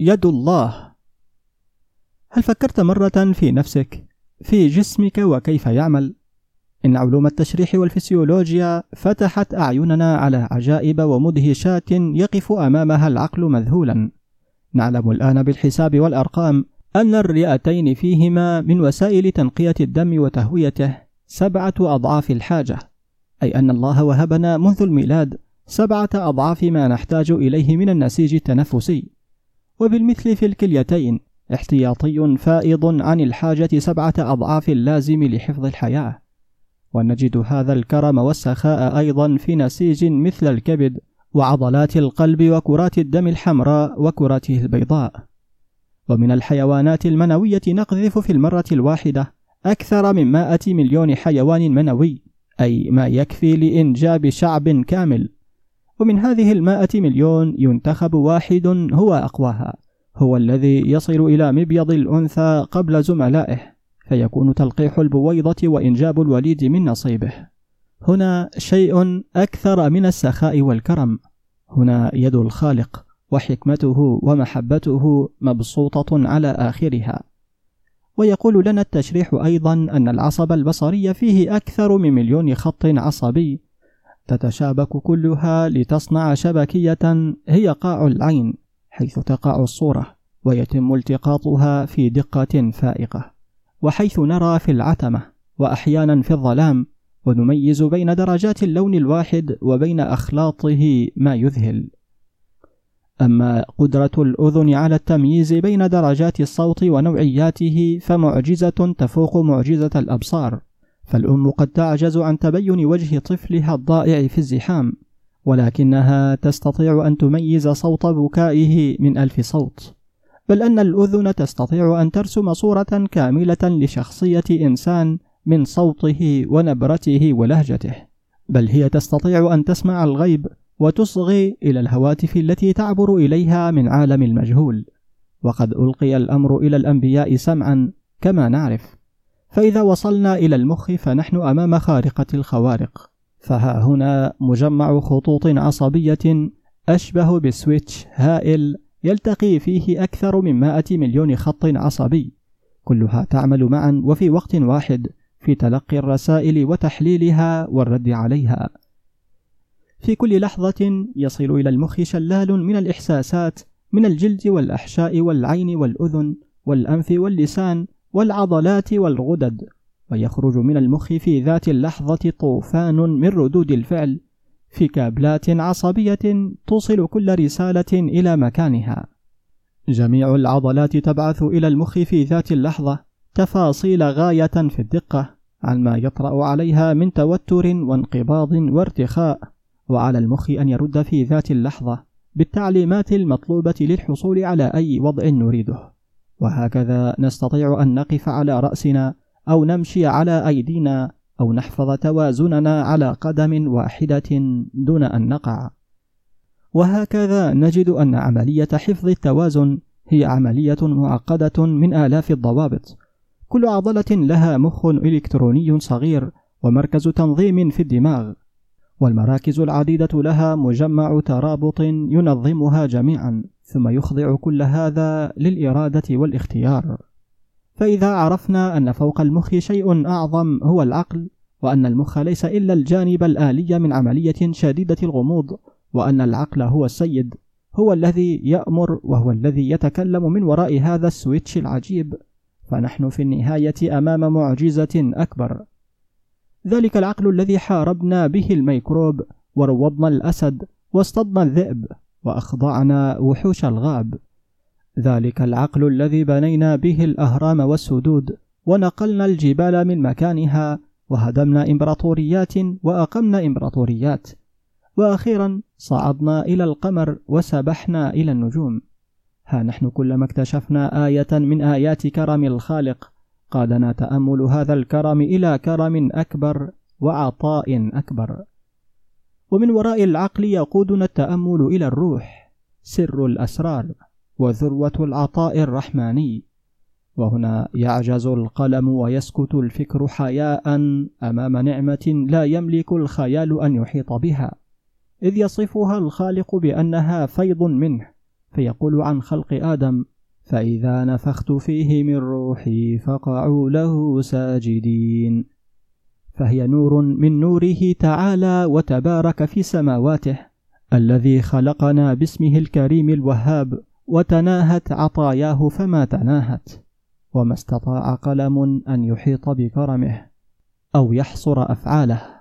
يد الله. هل فكرت مرة في نفسك، في جسمك وكيف يعمل؟ إن علوم التشريح والفسيولوجيا فتحت أعيننا على عجائب ومدهشات يقف أمامها العقل مذهولا. نعلم الآن بالحساب والأرقام أن الرئتين فيهما من وسائل تنقية الدم وتهويته 7 أضعاف الحاجة، أي أن الله وهبنا منذ الميلاد 7 أضعاف ما نحتاج إليه من النسيج التنفسي. وبالمثل في الكليتين احتياطي فائض عن الحاجة 7 أضعاف اللازم لحفظ الحياة. ونجد هذا الكرم والسخاء أيضا في نسيج مثل الكبد وعضلات القلب وكرات الدم الحمراء وكراته البيضاء. ومن الحيوانات المنوية نقذف في المرة الواحدة أكثر من 100 مليون حيوان منوي، أي ما يكفي لإنجاب شعب كامل. ومن هذه 100 مليون ينتخب واحد هو أقواها، هو الذي يصل إلى مبيض الأنثى قبل زملائه، فيكون تلقيح البويضة وإنجاب الوليد من نصيبه. هنا شيء أكثر من السخاء والكرم، هنا يد الخالق وحكمته ومحبته مبسوطة على آخرها. ويقول لنا التشريح أيضا أن العصب البصري فيه أكثر من 1,000,000 خط عصبي تتشابك كلها لتصنع شبكية هي قاع العين حيث تقع الصورة، ويتم التقاطها في دقة فائقة، وحيث نرى في العتمة وأحيانا في الظلام، ونميز بين درجات اللون الواحد وبين أخلاطه ما يذهل. أما قدرة الأذن على التمييز بين درجات الصوت ونوعياته فمعجزة تفوق معجزة الأبصار، فالأم قد تعجز عن تبين وجه طفلها الضائع في الزحام، ولكنها تستطيع أن تميز صوت بكائه من 1000 صوت، بل أن الأذن تستطيع أن ترسم صورة كاملة لشخصية إنسان من صوته ونبرته ولهجته، بل هي تستطيع أن تسمع الغيب وتصغي إلى الهواتف التي تعبر إليها من عالم المجهول. وقد ألقي الأمر إلى الأنبياء سمعا كما نعرف، فإذا وصلنا إلى المخ فنحن أمام خارقة الخوارق. فها هنا مجمع خطوط عصبية أشبه بسويتش هائل يلتقي فيه أكثر من 100 مليون خط عصبي، كلها تعمل معا وفي وقت واحد في تلقي الرسائل وتحليلها والرد عليها. في كل لحظة يصل إلى المخ شلال من الإحساسات من الجلد والأحشاء والعين والأذن والأنف واللسان والعضلات والغدد، ويخرج من المخ في ذات اللحظة طوفان من ردود الفعل في كابلات عصبية توصل كل رسالة إلى مكانها. جميع العضلات تبعث إلى المخ في ذات اللحظة تفاصيل غاية في الدقة عن ما يطرأ عليها من توتر وانقباض وارتخاء، وعلى المخ أن يرد في ذات اللحظة بالتعليمات المطلوبة للحصول على أي وضع نريده. وهكذا نستطيع أن نقف على رأسنا أو نمشي على أيدينا أو نحفظ توازننا على قدم واحدة دون أن نقع. وهكذا نجد أن عملية حفظ التوازن هي عملية معقدة من آلاف الضوابط. كل عضلة لها مخ إلكتروني صغير ومركز تنظيم في الدماغ، والمراكز العديدة لها مجمع ترابط ينظمها جميعا، ثم يخضع كل هذا للإرادة والاختيار. فإذا عرفنا أن فوق المخ شيء أعظم هو العقل، وأن المخ ليس إلا الجانب الآلي من عملية شديدة الغموض، وأن العقل هو السيد، هو الذي يأمر وهو الذي يتكلم من وراء هذا السويتش العجيب، فنحن في النهاية أمام معجزة أكبر. ذلك العقل الذي حاربنا به الميكروب وروضنا الأسد واصطدنا الذئب وأخضعنا وحوش الغاب. ذلك العقل الذي بنينا به الأهرام والسدود ونقلنا الجبال من مكانها وهدمنا إمبراطوريات وأقمنا إمبراطوريات، وأخيرا صعدنا إلى القمر وسبحنا إلى النجوم. ها نحن كلما اكتشفنا آية من آيات كرم الخالق قادنا تأمل هذا الكرم إلى كرم أكبر وعطاء أكبر. ومن وراء العقل يقودنا التأمل إلى الروح، سر الأسرار وذروة العطاء الرحماني. وهنا يعجز القلم ويسكت الفكر حياء أمام نعمة لا يملك الخيال أن يحيط بها، إذ يصفها الخالق بأنها فيض منه، فيقول عن خلق آدم: فإذا نفخت فيه من روحي فقعوا له ساجدين. فهي نور من نوره تعالى وتبارك في سماواته، الذي خلقنا باسمه الكريم الوهاب، وتناهت عطاياه فما تناهت، وما استطاع قلم أن يحيط بكرمه أو يحصر أفعاله.